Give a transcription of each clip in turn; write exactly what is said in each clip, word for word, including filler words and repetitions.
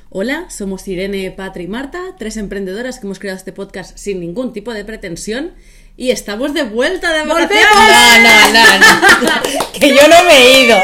Hola, somos Irene, Patri y Marta, tres emprendedoras que hemos creado este podcast sin ningún tipo de pretensión y estamos de vuelta de vacaciones. No, no, no, no. Que yo no me he ido.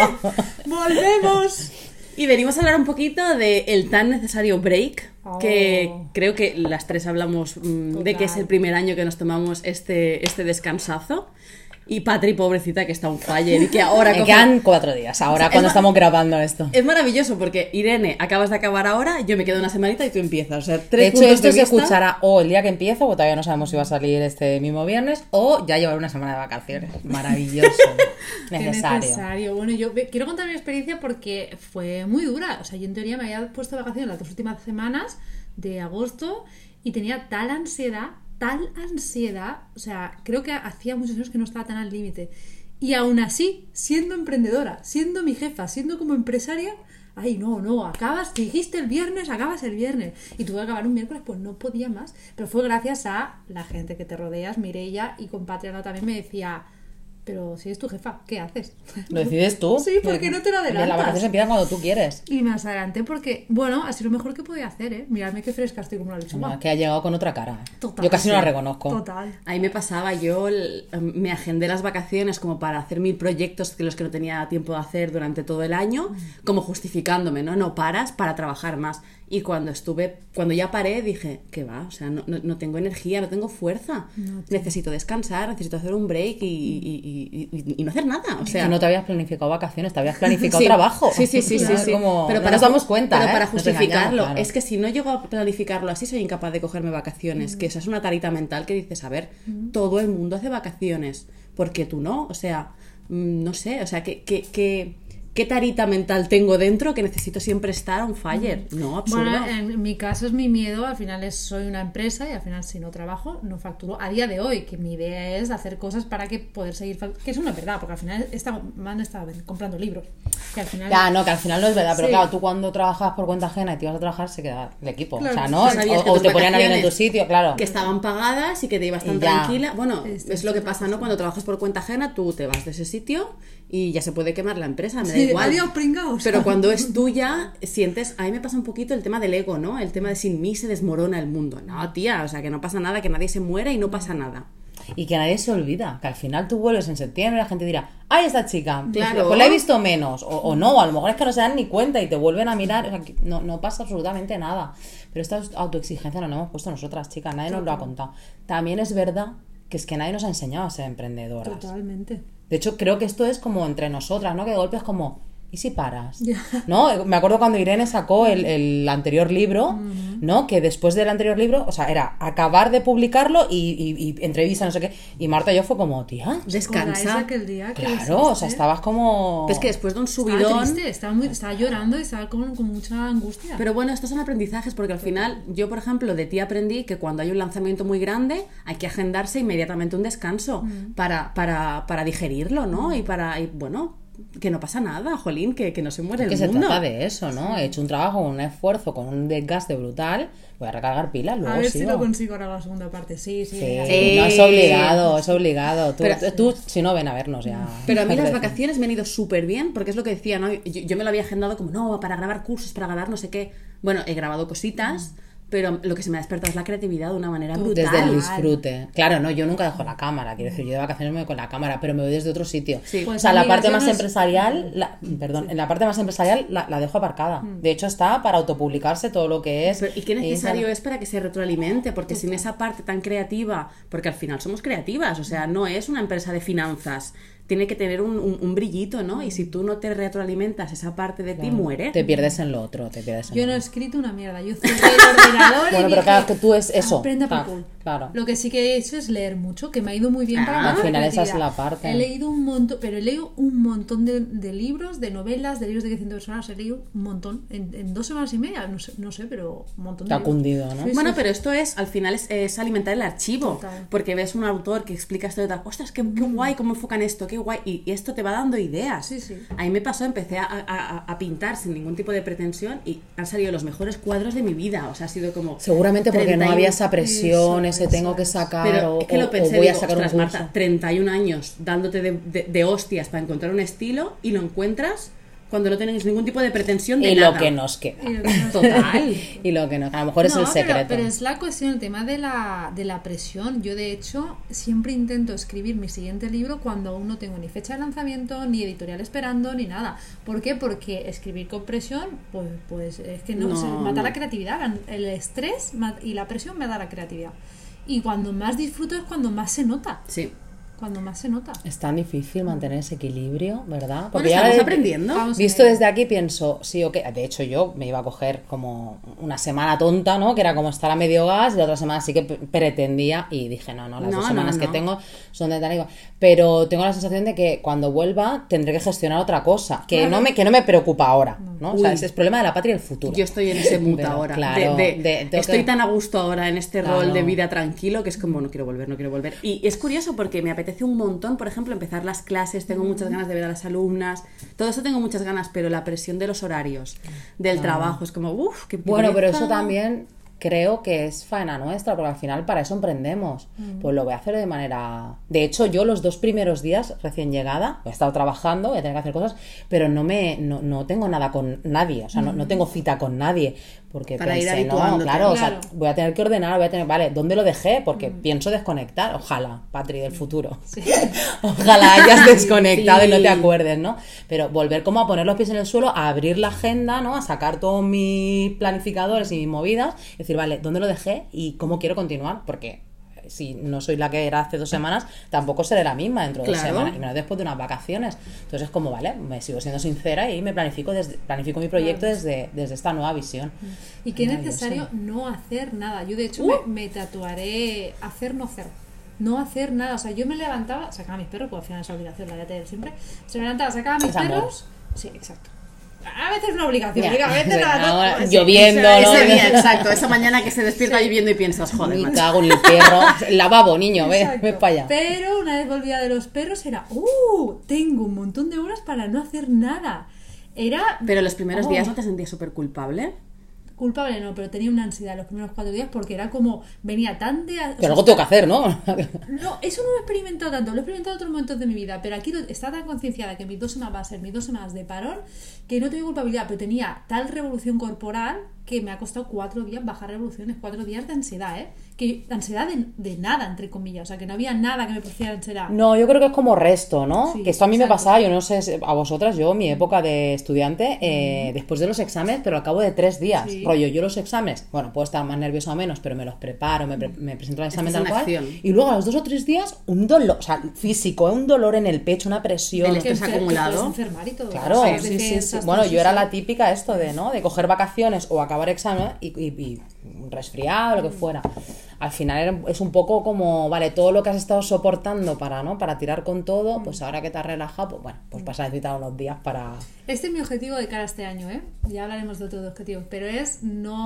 ¡Volvemos! Y venimos a hablar un poquito del tan necesario break, oh. que creo que las tres hablamos mmm, de que es el primer año que nos tomamos este, este descansazo. Y Patri, pobrecita, que está un fire y que ahora... Me coge... quedan cuatro días ahora, o sea, cuando estamos grabando esto. Es maravilloso porque, Irene, acabas de acabar ahora, yo me quedo una semanita y tú empiezas. O sea, tres de hecho, puntos esto de se vista... escuchará o el día que empiezo, porque todavía no sabemos si va a salir este mismo viernes, o ya llevar una semana de vacaciones. Maravilloso. Necesario. necesario. Bueno, yo quiero contar mi experiencia porque fue muy dura. O sea, yo en teoría me había puesto de vacaciones las dos últimas semanas de agosto y tenía tal ansiedad, tal ansiedad, o sea, creo que hacía muchos años que no estaba tan al límite. Y aún así, siendo emprendedora, siendo mi jefa, siendo como empresaria, ay, no, no, acabas, te dijiste el viernes, acabas el viernes. Y tuve que acabar un miércoles, pues no podía más. Pero fue gracias a la gente que te rodeas, Mireia y compatriana también me decía... Pero si eres tu jefa, ¿qué haces? ¿Lo decides tú? Sí, porque no te lo adelantas. Las vacaciones empiezan cuando tú quieres. Y me adelanté porque, bueno, así lo mejor que podía hacer, ¿eh? Miradme qué fresca estoy como una lechuga. No, que ha llegado con otra cara. Total. Yo casi sí. no la reconozco. Total. Ahí me pasaba, yo me agendé las vacaciones como para hacer mil proyectos que los que no tenía tiempo de hacer durante todo el año, como justificándome, ¿no? No paras para trabajar más. Y cuando estuve, cuando ya paré, dije, ¿qué va? O sea, no, no, no tengo energía, no tengo fuerza. No, necesito descansar, necesito hacer un break y, y, y, y, y no hacer nada. O sea, que no te habías planificado vacaciones, te habías planificado sí, trabajo. Sí, sí, sí, sí, sí. Como, pero no para, nos damos cuenta, pero ¿eh? para justificarlo, claro. Es que si no llego a planificarlo así, soy incapaz de cogerme vacaciones. Mm. Que esa es una tarita mental que dices, a ver, mm. todo el mundo hace vacaciones, ¿por qué tú no? O sea, no sé, o sea, que... que, que ¿qué tarita mental tengo dentro que necesito siempre estar on fire? No, absurdo. Bueno, en mi caso es mi miedo, al final es, soy una empresa y al final si no trabajo, no facturo. A día de hoy, que mi idea es hacer cosas para que poder seguir facturando, que eso no es verdad, porque al final está, me han estado comprando libros. Que al final... Ya, no, que al final no es verdad, pero sí. Claro, tú cuando trabajas por cuenta ajena y te ibas a trabajar, se queda el equipo. Claro, o sea, ¿no? Sí, o, o te ponían a alguien en tu sitio, claro. Que estaban pagadas y que te ibas tan tranquila. Bueno, sí, es lo que pasa, ¿no? Cuando trabajas por cuenta ajena, tú te vas de ese sitio y ya se puede quemar la empresa, me da sí, igual. Adiós, pringaos. Pero cuando es tuya, sientes... A mí me pasa un poquito el tema del ego, ¿no? El tema de sin mí se desmorona el mundo. No, tía, o sea, que no pasa nada, que nadie se muera y no pasa nada. Y que nadie se olvida, que al final tú vuelves en septiembre y la gente dirá, ¡ay, esta chica! Claro. Pues la he visto menos, o, o no, a lo mejor es que no se dan ni cuenta y te vuelven a mirar, o sea, no, no pasa absolutamente nada. Pero esta autoexigencia no la hemos puesto nosotras, chicas, nadie nos lo ha contado. También es verdad que es que nadie nos ha enseñado a ser emprendedoras. Totalmente. De hecho, creo que esto es como entre nosotras, ¿no? Que de golpe es como... ¿Y si paras? Yeah. ¿No? Me acuerdo cuando Irene sacó el, el anterior libro, uh-huh. ¿no? Que después del anterior libro, o sea, era acabar de publicarlo y, y, y entrevista, no sé qué. Y Marta y yo fue como, tía, descansa. Aquel día que claro, o sea, estabas como... Pues que después de un subidón... Estaba triste, estaba, muy, estaba llorando y estaba con, con mucha angustia. Pero bueno, estos son aprendizajes porque al final, yo por ejemplo, de ti aprendí que cuando hay un lanzamiento muy grande hay que agendarse inmediatamente un descanso uh-huh. para, para, para digerirlo, ¿no? Uh-huh. Y para, y, bueno... que no pasa nada, jolín, que, que no se muere el que mundo. Se trata de eso, ¿no? He hecho un trabajo, un esfuerzo, con un desgaste brutal, voy a recargar pilas, luego a ver sigo. si lo consigo ahora la segunda parte, sí, sí. Sí, sí. No, es obligado, es obligado. Tú, pero, tú, si no, ven a vernos ya. Pero a mí las vacaciones me han ido súper bien, porque es lo que decía, ¿no? Yo, yo me lo había agendado como, no, para grabar cursos, para grabar no sé qué. Bueno, he grabado cositas... Mm. Pero lo que se me ha despertado es la creatividad de una manera brutal. Desde el disfrute. Claro, no, yo nunca dejo la cámara. Quiero decir, yo de vacaciones me voy con la cámara, pero me voy desde otro sitio. Sí. Pues o sea, la parte más no es... empresarial, la, perdón, sí. en la parte más empresarial la, la dejo aparcada. Mm. De hecho, está para autopublicarse todo lo que es. Pero, ¿y qué necesario es para que se retroalimente? Porque sin esa parte tan creativa, porque al final somos creativas, o sea, no es una empresa de finanzas. Tiene que tener un, un, un brillito, ¿no? Y si tú no te retroalimentas esa parte de claro. ti, muere. Te pierdes en lo otro, te pierdes en Yo lo no he otro. escrito una mierda, yo cerré el ordenador Bueno, y pero dije, claro, que tú es eso. Aprenda claro, por claro. Lo que sí que he hecho es leer mucho, que me ha ido muy bien ah, para la al final creatividad. Esa es la parte. He leído un montón, pero he leído un montón de, de libros, de novelas, de libros de crecimiento personal, he leído un montón, en, en dos semanas y media, no sé, no sé pero un montón de Te ha cundido, ¿no? Sí, bueno, sí, pero esto es, al final es, es alimentar el archivo, total. Porque ves un autor que explica esto de tal, ostras, qué, qué guay, cómo enfocan esto, qué guay, y, y esto te va dando ideas. Sí, sí. A mí me pasó, empecé a, a, a pintar sin ningún tipo de pretensión y han salido los mejores cuadros de mi vida, o sea, ha sido como... Seguramente porque treinta y uno... no había esa presión, eso, ese tengo que sacar pero o, es que lo pensé, o voy digo, a sacar ostras, un curso. Marta, treinta y un años dándote de, de, de hostias para encontrar un estilo y lo encuentras cuando no tenéis ningún tipo de pretensión de Y nada. lo que nos queda. Y lo que nos- Total. Y lo que no, a lo mejor es No, el pero- secreto. Pero, es la cuestión, el tema de la, de la presión. Yo, de hecho, siempre intento escribir mi siguiente libro cuando aún no tengo ni fecha de lanzamiento, ni editorial esperando, ni nada. ¿Por qué? Porque escribir con presión, pues, pues es que no, No, se mata no. la creatividad. El estrés ma- y la presión me da la creatividad. Y cuando más disfruto es cuando más se nota. Sí. Cuando más se nota. Es tan difícil mantener ese equilibrio, ¿verdad? Bueno, ya estamos de- aprendiendo. Vamos a Visto ver. desde aquí pienso, sí, ok. De hecho, yo me iba a coger como una semana tonta, ¿no? Que era como estar a medio gas, y la otra semana sí que p- pretendía y dije, no, no, las No, dos no, semanas que no. tengo son de tal y cual. Pero tengo la sensación de que cuando vuelva tendré que gestionar otra cosa, que, Claro. no, me, que no me preocupa ahora, ¿no? O sea, Uy. ese es problema de la patria y el futuro. Yo estoy en ese mood Pero, ahora. claro, de- de- de- tengo estoy que- tan a gusto ahora en este Claro. rol de vida tranquilo que es como no quiero volver, no quiero volver. Y es curioso porque me apetece un montón, por ejemplo, empezar las clases, tengo muchas ganas de ver a las alumnas, todo eso tengo muchas ganas, pero la presión de los horarios, del trabajo, es como, uff, qué Bueno, pero pereza. eso también creo que es faena nuestra, porque al final para eso emprendemos. Pues lo voy a hacer de manera... De hecho, yo los dos primeros días recién llegada, he estado trabajando, voy a tener que hacer cosas, pero no me no, no tengo nada con nadie, o sea, no, no tengo cita con nadie. Porque Para ir pensé, no, habituándote. claro, o Claro. sea, voy a tener que ordenar, voy a tener, vale, ¿dónde lo dejé? Porque pienso desconectar, ojalá, Patri del futuro. Ojalá hayas desconectado y no te Sí. acuerdes, ¿no? Pero volver como a poner los pies en el suelo, a abrir la agenda, ¿no? A sacar todos mis planificadores y mis movidas, y decir, vale, ¿dónde lo dejé y cómo quiero continuar? Porque si no soy la que era hace dos semanas, tampoco seré la misma dentro de dos Claro. semanas, y menos después de unas vacaciones. Entonces es como, vale, me sigo siendo sincera y me planifico desde, planifico mi proyecto desde, desde esta nueva visión. Y que es Maravilloso. necesario no hacer nada. Yo, de hecho, Uh. me, me tatuaré hacer, no hacer. No hacer nada. O sea, yo me levantaba, sacaba a mis perros, porque al final es obligación, la voy a tener siempre. Se me levantaba, sacaba a mis Es amor. perros. Sí, exacto. A veces es una obligación, Ya. digo, a veces Bueno, nada. ahora, pues, lloviendo, sí, ¿no? Ese día, exacto, esa mañana que se despierta lloviendo y piensas, joder, Me macho. cago en el perro. El lavabo, niño, ve, Exacto. ve para allá. Pero una vez volvía de los perros era, ¡uh! Tengo un montón de horas para no hacer nada. Era Pero los primeros Oh. días no te sentías súper culpable. culpable, no, pero tenía una ansiedad los primeros cuatro días porque era como, venía tan de... o sea, Pero algo tengo que hacer, ¿no? No, eso no lo he experimentado tanto, lo he experimentado en otros momentos de mi vida, pero aquí lo- estaba tan concienciada que mis dos semanas va a ser mis dos semanas de parón, que no tenía culpabilidad, pero tenía tal revolución corporal que me ha costado cuatro días bajar revoluciones, cuatro días de ansiedad, ¿eh? Que ansiedad de, de nada, entre comillas, o sea, que no había nada que me produciera ansiedad. No, yo creo que es como resto, ¿no? Sí, que esto a mí me exacto. pasaba, yo no sé a vosotras, yo mi época de estudiante, eh, después de los exámenes, pero al cabo de tres días, Sí. rollo, yo los exámenes, bueno, puedo estar más nerviosa o menos, pero me los preparo, me, pre- me presento al examen Estás tal en cual, acción. y luego a los dos o tres días, un dolor, o sea, físico, ¿eh? Un dolor en el pecho, una presión. Del que estrés enfer- que acumulado. puedes enfermar y todo. Claro, O sea, sí, sí, sí. defensas, Bueno, todo yo era eso. la típica esto de, ¿no? De coger vacaciones o acabar examen y, y, y un resfriado, lo que fuera. Al final era- es un poco como, vale, todo lo que has estado soportando para, ¿no? Para tirar con todo, pues ahora que te has relajado, pues bueno, pues vas a necesitar unos días para... Este es mi objetivo de cara a este año, ¿eh? Ya hablaremos de otros objetivos, pero es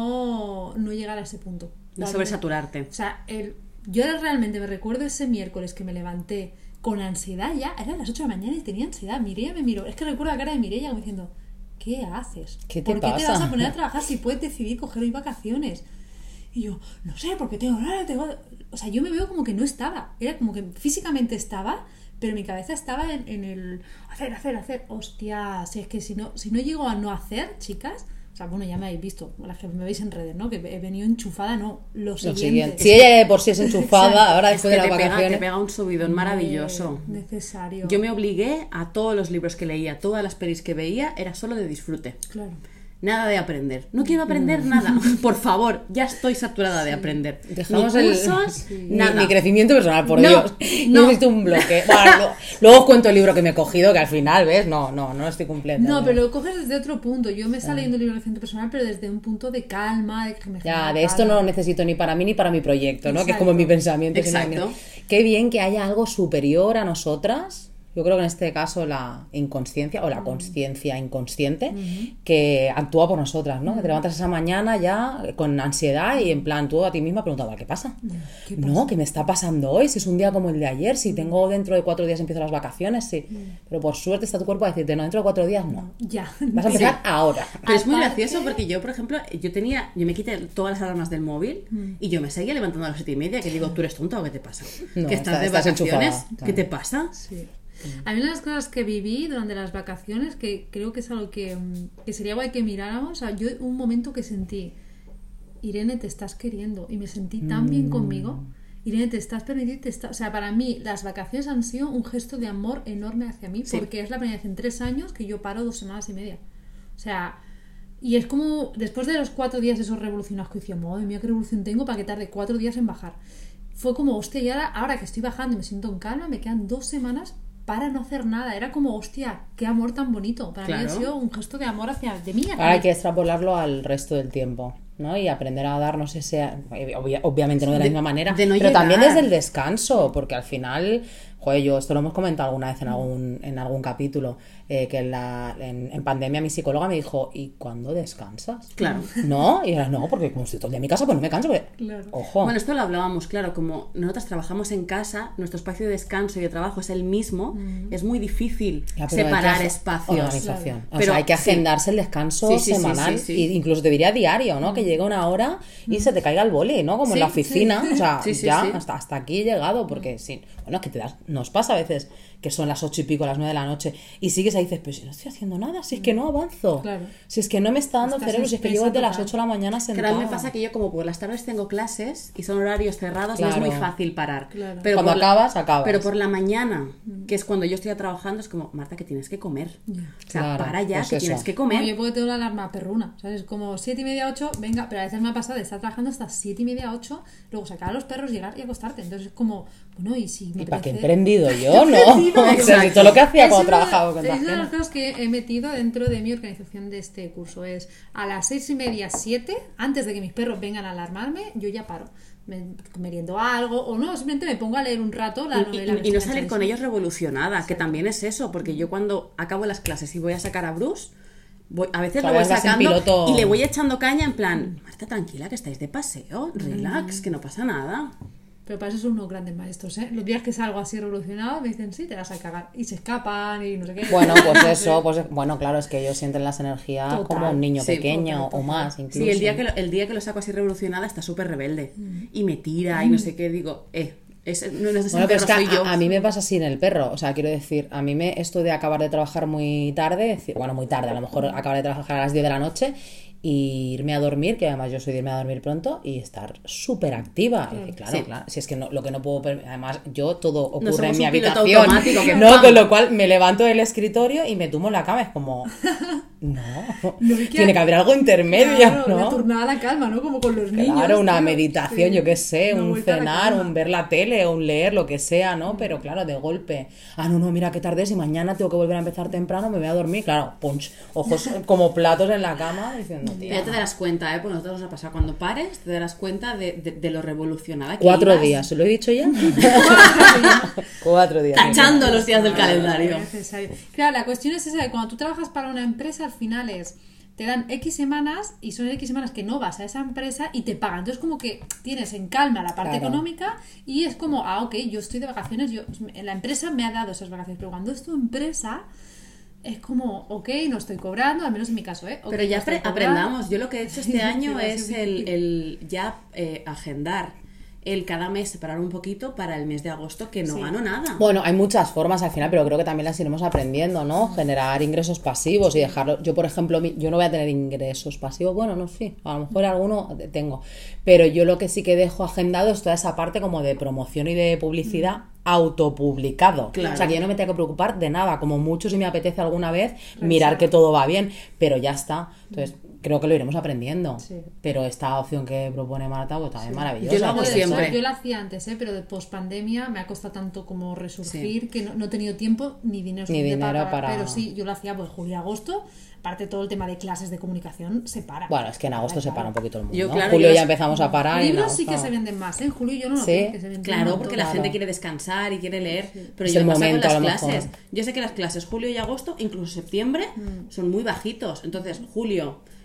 no, no llegar a ese punto. No Realmente. sobresaturarte. O sea, el, yo realmente me recuerdo ese miércoles que me levanté con ansiedad ya, eran las ocho de la mañana y tenía ansiedad. Mireia me miró, es que recuerdo la cara de Mireia como diciendo, ¿qué haces? ¿Qué te ¿Por qué te pasa? vas a poner a trabajar si puedes decidir coger hoy vacaciones? Y yo, no sé, porque tengo horario, tengo... O sea, yo me veo como que no estaba. Era como que físicamente estaba, pero mi cabeza estaba en, en el hacer, hacer, hacer. Hostia, si es que si no, si no llego a no hacer, chicas... O sea, bueno, ya me habéis visto, las que me veis en redes, ¿no? Que he venido enchufada, no, lo Lo siguiente. siguiente. Si ella ya de por sí es enchufada, Exacto. ahora Es después que de te las pega, te vacaciones... pega un subidón maravilloso. Eh, necesario. Yo me obligué a todos los libros que leía, todas las pelis que veía, era solo de disfrute. Claro. Nada de aprender. No quiero aprender nada. Por favor, ya estoy saturada de aprender. Dejamos ni el- cursos, Mi, nada. mi crecimiento personal, por No, Dios. no. No necesito un bloque. Bueno, lo- luego os cuento el libro que me he cogido, que al final, ¿ves? No, no, no lo estoy cumpliendo. No, pero lo coges desde otro punto. Yo me está leyendo el libro de crecimiento personal, pero desde un punto de calma, de que me Ya, genera de esto calma. no lo necesito ni para mí ni para mi proyecto, ¿no? Que es Exacto. como mi pensamiento. sino Exacto. que- Qué bien que haya algo superior a nosotras. Yo creo que en este caso la inconsciencia o la conciencia inconsciente que actúa por nosotras, ¿no? Que te levantas esa mañana ya con ansiedad y en plan tú a ti misma preguntando, ¿qué pasa? ¿Qué No, ¿qué me está pasando hoy? Si es un día como el de ayer, si tengo dentro de cuatro días empiezo las vacaciones, sí. Pero por suerte está tu cuerpo a decirte, no, dentro de cuatro días no. Ya. Vas a empezar ahora. Pero es muy Aparte- gracioso porque yo, por ejemplo, yo tenía, yo me quité todas las alarmas del móvil y yo me seguía levantando a las siete y media, que digo, ¿tú eres tonta o qué te pasa? No, ¿Que estás estás- de estás vacaciones? enchufada, claro. ¿Qué te pasa? Sí. A mí una de las cosas que viví durante las vacaciones, que creo que es algo que, que sería guay que miráramos, o sea, yo un momento que sentí, Irene, te estás queriendo, y me sentí tan bien conmigo. Irene, te estás permitiendo, te está... o sea, para mí las vacaciones han sido un gesto de amor enorme hacia mí, Sí. porque es la primera vez en tres años que yo paro dos semanas y media. O sea, y es como, después de los cuatro días esos revolucionarios que decía, madre mía, qué revolución tengo para que tarde cuatro días en bajar. Fue como, hostia, y ahora, ahora que estoy bajando y me siento en calma, me quedan dos semanas para no hacer nada. Era como, hostia, qué amor tan bonito. Para Claro. mí ha sido un gesto de amor hacia de mí. hacia Ahora hay mí. que extrapolarlo al resto del tiempo, ¿no? Y aprender a darnos ese... obvia- obviamente no de la De- misma manera, de no pero también llegar. desde el descanso, porque al final... Joder, yo esto lo hemos comentado alguna vez en algún, en algún capítulo, eh, que en, la, en, en pandemia mi psicóloga me dijo, ¿y cuándo descansas? Claro. ¿No? Y era, no, porque como estoy todo el día en mi casa, pues no me canso. Porque... Claro. Ojo. Bueno, esto lo hablábamos, claro, como nosotras trabajamos en casa, nuestro espacio de descanso y de trabajo es el mismo, es muy difícil Ya, pero hay separar que age- espacios. Organización. Claro. O Pero sea, hay que sí. agendarse el descanso Sí, sí, sí, semanal, sí, sí. e incluso te diría diario, ¿no? Que llegue una hora y se te caiga el boli, ¿no? Como en Sí, la oficina. sí. O sea, Sí, sí, ya sí. Hasta, hasta aquí he llegado, porque sí. Bueno, es que te das, nos pasa a veces que son las ocho y pico, las nueve de la noche, y sigues ahí y dices, pero si no estoy haciendo nada, si es que no avanzo. Claro. Si es que no me está dando Estás cerebro, si es que espesa llevo desde las total. ocho de la mañana Pero sentada. a mí me pasa que yo como por las tardes tengo clases y son horarios cerrados, no Claro. es muy fácil parar. Claro. Pero Cuando por la- acabas, acabas. Pero por la mañana, que es cuando yo estoy trabajando, es como, Marta, que tienes que comer. O sea, Claro, para ya, pues que eso. tienes que No, comer. yo puedo tener la alarma perruna, ¿sabes? Como siete y media, ocho, venga, pero a veces me ha pasado de estar trabajando hasta siete y media, ocho, luego sacar a los perros, llegar y acostarte. Entonces es como, bueno, y si me ¿Y para qué he apetece- emprendido yo, no? Sí, no, O sea, si exacto. todo lo que hacía Es cuando una- trabajaba con es una de las gente. cosas que he metido dentro de mi organización de este curso. Es a las seis y media, siete, antes de que mis perros vengan a alarmarme, yo ya paro. Me meriendo algo, o no, simplemente me pongo a leer un rato la Y, novela. y- que y no estoy salir con enganchadísima. ellos revolucionada, que también es eso, porque yo cuando acabo las clases y voy a sacar a Bruce, voy, a veces lo Todavía voy vas en sacando piloto. y le voy echando caña en plan, Marta, tranquila, que estáis de paseo, relax, que no pasa nada. Pero para eso son unos grandes maestros, ¿eh? Los días que salgo así revolucionado me dicen, sí, te vas a cagar. Y se escapan y no sé qué. Bueno, pues eso, pues bueno, claro, es que ellos sienten las energías Total. como un niño Sí, pequeño total, o más, total. incluso. Sí, el día, que lo, el día que lo saco así revolucionada está súper rebelde y me tira y no sé qué, digo, eh, es, no, no es ese Bueno, pero es perro, que soy yo. a, a mí me pasa así en el perro, o sea, quiero decir, a mí me esto de acabar de trabajar muy tarde, decir, bueno, muy tarde, a lo mejor acabar de trabajar a las diez de la noche y irme a dormir, que además yo soy de irme a dormir pronto y estar súper activa. Y decir, claro, Sí. claro, si es que no, lo que no puedo, per- además yo todo ocurre somos en mi un piloto habitación, automático que no, ¡pam! con lo cual me levanto del escritorio y me tumbo en la cama, es como, no, No, es que- tiene que haber algo intermedio, Claro, ¿no? una turnada a la calma, ¿no? Como con los niños. Claro, una tío. meditación, Sí. yo qué sé, Una un vuelta a la cenar, cama. un ver la tele, un leer, lo que sea, ¿no? Pero claro, de golpe. Ah, no, no, mira qué tarde es y mañana tengo que volver a empezar temprano, me voy a dormir. Claro, punch, ojos como platos en la cama diciendo, Pero tía. ya te darás cuenta, ¿eh? Porque a nosotros nos ha pasado. Cuando pares, te darás cuenta de, de, de lo revolucionada que Cuatro ibas. días, ¿se lo he dicho ya? Cuatro días. Tachando los días del Claro, calendario. es necesario. Claro, la cuestión es esa, de cuando tú trabajas para una empresa, al final es, te dan X semanas y son X semanas que no vas a esa empresa y te pagan. Entonces como que tienes en calma la parte Claro. económica y es como, ah, ok, yo estoy de vacaciones, yo la empresa me ha dado esas vacaciones, pero cuando es tu empresa es como, ok, no estoy cobrando, al menos en mi caso, ¿eh? Ok, Pero ya no estoy apre- cobrando. aprendamos. Yo lo que he hecho este Sí, año sí, es sí, el, sí. el ya eh, agendar el cada mes separar un poquito para el mes de agosto, que no Sí. gano nada. Bueno, hay muchas formas al final, pero creo que también las iremos aprendiendo, ¿no? Generar ingresos pasivos y dejarlo. Yo, por ejemplo, mi- yo no voy a tener ingresos pasivos. Bueno, no sé, a lo mejor alguno tengo. Pero yo lo que sí que dejo agendado es toda esa parte como de promoción y de publicidad autopublicado. Claro. O sea, que yo no me tengo que preocupar de nada. Como mucho, si me apetece alguna vez, mirar que todo va bien. Pero ya está. Entonces, creo que lo iremos aprendiendo. Sí. Pero esta opción que propone Marta, pues también maravillosa. Yo lo hago Joder, siempre. eso Yo la hacía antes, ¿eh? Pero de pospandemia me ha costado tanto como resurgir que no, no he tenido tiempo ni dinero, Ni suficiente dinero para- Pero sí, yo lo hacía pues julio y agosto. Aparte todo el tema de clases de comunicación se para. Bueno, es que en agosto se Claro. para un poquito el mundo. Yo, ¿no? claro, Julio yo ya los- empezamos a parar. y en Libros sí que agosto- se venden más, ¿eh? En julio yo no lo Sí, veo que se venden un Claro, montón. porque la Claro. gente quiere descansar y quiere leer, pero Es yo el me pasa momento, con a lo las clases. mejor. Yo sé que las clases julio y agosto, incluso septiembre, Mm. son muy bajitos. Entonces, julio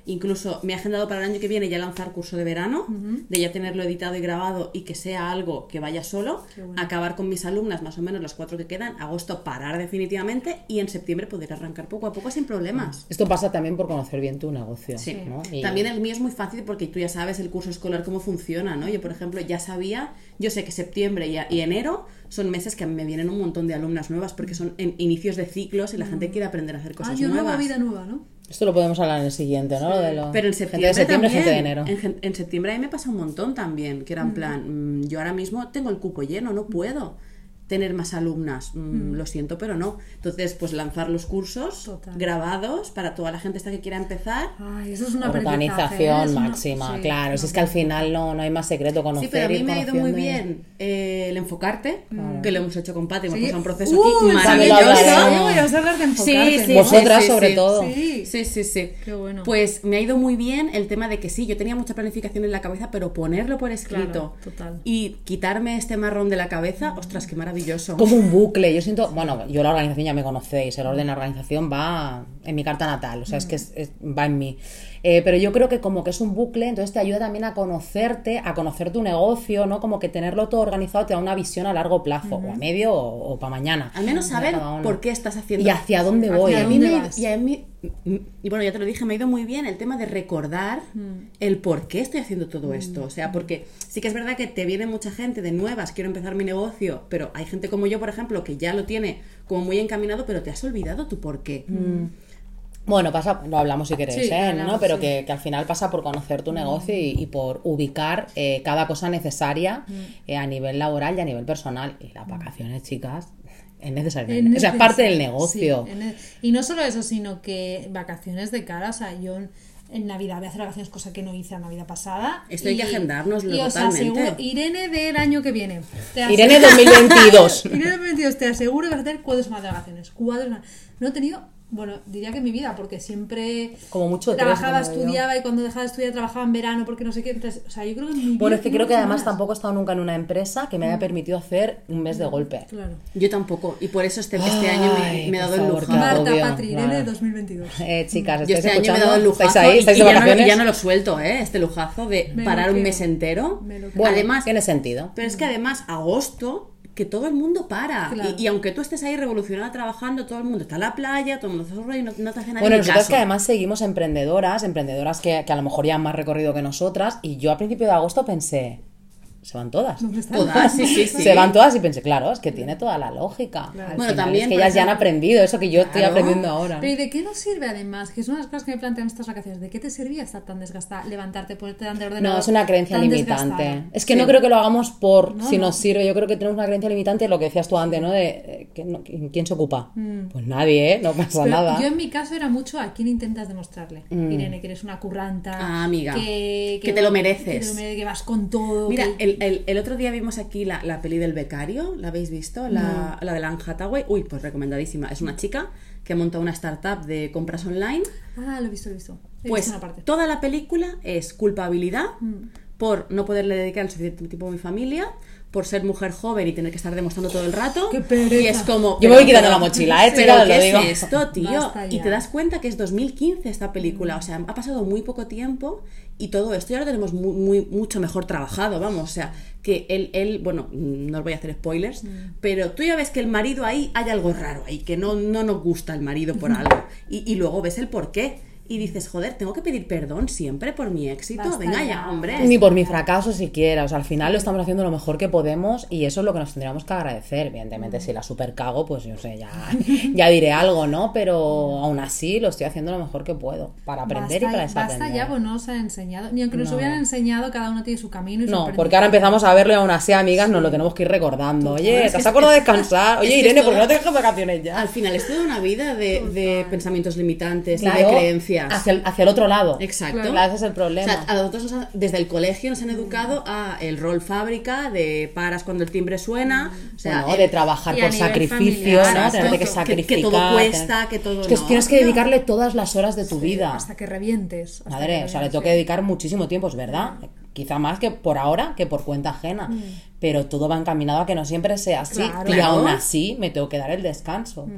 incluso me he agendado para el año que viene ya lanzar curso de verano, uh-huh. de ya tenerlo editado y grabado y que sea algo que vaya solo, bueno. acabar con mis alumnas más o menos las cuatro que quedan, agosto parar definitivamente y en septiembre poder arrancar poco a poco sin problemas. Esto pasa también por conocer bien tu negocio. Sí. ¿no? Y... También el mío es muy fácil porque tú ya sabes el curso escolar cómo funciona, ¿no? Yo, por ejemplo, ya sabía, yo sé que septiembre y, y enero son meses que a mí me vienen un montón de alumnas nuevas porque son en inicios de ciclos y la gente quiere aprender a hacer cosas ah, yo nuevas. Nueva vida nueva, ¿no? Esto lo podemos hablar en el siguiente, ¿no? Sí. De lo... Pero en septiembre, gente de septiembre, también, gente de enero. En, en septiembre a mí me pasa un montón también, que era en plan, mm, yo ahora mismo tengo el cupo lleno, no puedo tener más alumnas, mm, mm. lo siento, pero no. Entonces, pues lanzar los cursos Total. grabados para toda la gente esta que quiera empezar. Ay, eso es una organización ¿eh? máxima, una... sí, claro. no, si es que al final no, no hay más secreto conocer. Sí, pero a mí me ha ido muy bien eh, el enfocarte, claro. que lo hemos hecho con Pati, hemos sí. pasado un proceso uh, aquí maravilloso. Vamos a hablar de enfocarte. Sí, sí, Vosotras sí, sí, sobre sí. todo. Sí, sí, sí. sí. Qué bueno. Pues me ha ido muy bien el tema de que sí, yo tenía mucha planificación en la cabeza, pero ponerlo por escrito claro, total. y quitarme este marrón de la cabeza, mm. ostras, qué maravilloso. Como un bucle, yo siento, bueno, yo la organización ya me conocéis, el orden de la organización va en mi carta natal, o sea, mm. es que es, es, va en mí, eh, pero yo creo que como que es un bucle, entonces te ayuda también a conocerte, a conocer tu negocio, ¿no? Como que tenerlo todo organizado te da una visión a largo plazo, mm-hmm. o a medio o, o para mañana. Al menos saber por qué estás haciendo. Y hacia dónde voy. Y a mí me, y a mí, y bueno, ya te lo dije, me ha ido muy bien el tema de recordar mm. el por qué estoy haciendo todo esto, o sea, porque sí que es verdad que te viene mucha gente de nuevas, quiero empezar mi negocio, pero hay gente como yo, por ejemplo, que ya lo tiene como muy encaminado, pero te has olvidado tu por qué. Mm. Bueno, pasa, lo hablamos si queréis, sí, ¿eh? hablamos, ¿no? Pero sí. que, que al final pasa por conocer tu negocio y, y por ubicar eh, cada cosa necesaria eh, a nivel laboral y a nivel personal. Y las vacaciones, chicas, es necesario. Es o sea, es parte del negocio. Sí, el... Y no solo eso, sino que vacaciones de cara, o sea, yo en Navidad voy a hacer vacaciones, cosa que no hice la Navidad pasada. Esto hay y, que agendárnoslo y totalmente. Os aseguro, Irene del año que viene. Irene dos mil veintidós. Irene dos mil veintidós, te aseguro que vas a tener cuatro semanas de vacaciones. Cuatro semanas. No he tenido... Bueno, diría que en mi vida, porque siempre como mucho trabajaba, tres, estudiaba yo. y cuando dejaba de estudiar trabajaba en verano porque no sé qué. Entonces, o sea, yo creo que en mi vida bueno, es que creo que además más. tampoco he estado nunca en una empresa que me haya permitido hacer un mes de golpe. Claro. Yo tampoco, y por eso este, este año me, me he dado el lujo. Marta, Patri, Irene claro. dos mil veintidós. Eh, chicas, yo este año me he dado el lujazo ¿Estáis ahí? ¿Estáis y, de y ya, vacaciones? no, ya no lo suelto, ¿eh? Este lujazo de me parar un quiero. mes entero. Bueno, además, tiene sentido. Pero es que además, agosto... que todo el mundo para claro. y, y aunque tú estés ahí revolucionada trabajando, todo el mundo está en la playa, todo el mundo está solo y no, no te hace nadie bueno, nosotros caso. Que además seguimos emprendedoras emprendedoras que, que a lo mejor ya han más recorrido que nosotras y yo a principio de agosto pensé se van todas. Todas, sí, sí, sí. Se van todas y pensé, claro, es que tiene toda la lógica. Claro. Al bueno, final, también es que ellas ya han aprendido eso que yo claro. estoy aprendiendo ahora. Pero ¿y de qué nos sirve además? Que es una de las cosas que me plantean estas vacaciones. ¿De qué te servía estar tan desgastada? Levantarte, ponerte delante del ordenador. No, es una creencia limitante. Desgastada. Es que sí. no creo que lo hagamos por no, si no. nos sirve. Yo creo que tenemos una creencia limitante, lo que decías tú antes, ¿no? De eh, que no, ¿quién se ocupa? Mm. Pues nadie, ¿eh? No pasa Pero nada. Yo en mi caso era mucho a quién intentas demostrarle. Mm. Irene, que eres una curranta. Ah, amiga. Que, que, que te lo mereces. Que, te lo mereces, que vas con todo. Mira, que... el, el, el otro día vimos aquí la, la peli del becario, ¿la habéis visto? La, no. la de Anne Hathaway. Uy, pues recomendadísima. Es una chica que ha montado una startup de compras online. Ah, lo he visto, lo he visto. He pues visto una parte. Toda la película es culpabilidad mm. por no poderle dedicar el suficiente tiempo a mi familia, por ser mujer joven y tener que estar demostrando todo el rato. ¡Qué pereza! Y es como... Yo me voy quitando la mochila, ¿eh? Pero Chica, ¿qué lo digo. es esto, tío? Y te ya. das cuenta que es dos mil quince esta película. O sea, ha pasado muy poco tiempo y todo esto ya lo tenemos muy, muy, mucho mejor trabajado, vamos. O sea, que él, él bueno, no os voy a hacer spoilers, mm. pero tú ya ves que el marido ahí, hay algo raro ahí, que no, no nos gusta el marido por algo. Y, y luego ves el porqué. Y dices, joder, tengo que pedir perdón siempre por mi éxito. Basta Venga ya, ya, hombre. Ni por mi fracaso siquiera. O sea, al final lo estamos haciendo lo mejor que podemos y eso es lo que nos tendríamos que agradecer. Evidentemente, si la super cago, pues yo sé, ya, ya diré algo, ¿no? Pero aún así lo estoy haciendo lo mejor que puedo para aprender basta, y para desaprender. Basta ya, pues no os ha enseñado. Ni aunque nos no. hubieran enseñado, cada uno tiene su camino y No, su porque ahora empezamos a verlo y aún así, amigas, sí. nos lo tenemos que ir recordando. Oye, ¿te has acordado de descansar? Oye, Irene, ¿por qué no te dejas vacaciones ya? Al final es toda una vida de, de pensamientos limitantes, claro, y de creencias. Hacia el, hacia el otro lado. Exacto. Claro, ese es el problema. O sea, a nosotros nos han, desde el colegio nos han educado a el rol fábrica, de paras cuando el timbre suena. O sea, bueno, el, de trabajar por sacrificio, familiar, ¿no? Tenerte que que, sacrificar. que todo cuesta, tener... que todo es que no. tienes que dedicarle todas las horas de tu sí, vida. Hasta que revientes. Hasta Madre, que o sea, le revientes, tengo que dedicar muchísimo tiempo, es verdad. Quizá más que por ahora que por cuenta ajena. Mm. Pero todo va encaminado a que no siempre sea así. Claro. Y claro. aún así me tengo que dar el descanso. Mm. Pa...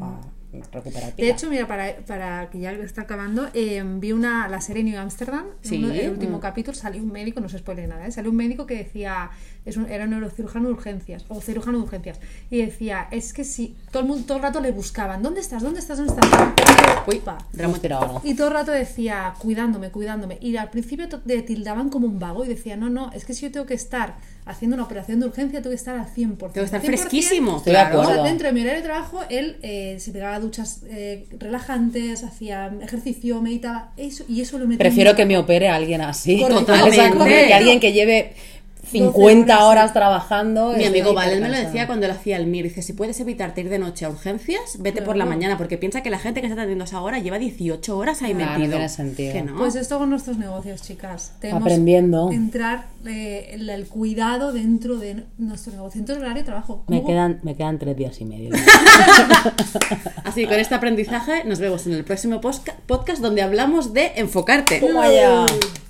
recuperar De pila. hecho, mira, para, para que ya está acabando, eh, vi una la serie New Amsterdam, Sí. uno- el último Mm. capítulo salió un médico, no se spoile nada, ¿eh? Salió un médico que decía, es un, era un neurocirujano de urgencias, o cirujano de urgencias, y decía, es que si todo el mundo todo el rato le buscaban, ¿dónde estás? ¿Dónde estás? ¿Dónde estás? Uy, Pa. Hemos tirado algo. Y todo el rato decía, cuidándome, cuidándome. Y al principio to- le tildaban como un vago y decía, no, no, es que si yo tengo que estar haciendo una operación de urgencia, tengo que estar al cien por ciento. Tengo que estar cien por ciento. fresquísimo. Estoy de claro. O sea, acuerdo. dentro de mi horario de trabajo, él eh, se pegaba duchas eh, relajantes, hacía ejercicio, meditaba, eso, y eso lo metía. Prefiero en- que me opere alguien así. Totalmente. Esa- que alguien que lleve cincuenta horas, horas sí. trabajando. Mi es amigo muy Valen me lo cansado. decía cuando él hacía el M I R. Dice, si puedes evitarte ir de noche a urgencias, vete por la Claro. mañana, porque piensa que la gente que está atendiendo a esa hora lleva dieciocho horas ahí Claro, no metido. tiene sentido. Que no. Pues esto con nuestros negocios, chicas. Tenemos Aprendiendo. entrar eh, el, el cuidado dentro de nuestro negocio, dentro del horario de trabajo. Me ¿Cómo- quedan, me quedan tres días y medio. Así que con este aprendizaje nos vemos en el próximo posca- podcast donde hablamos de enfocarte. ¡Toma ya!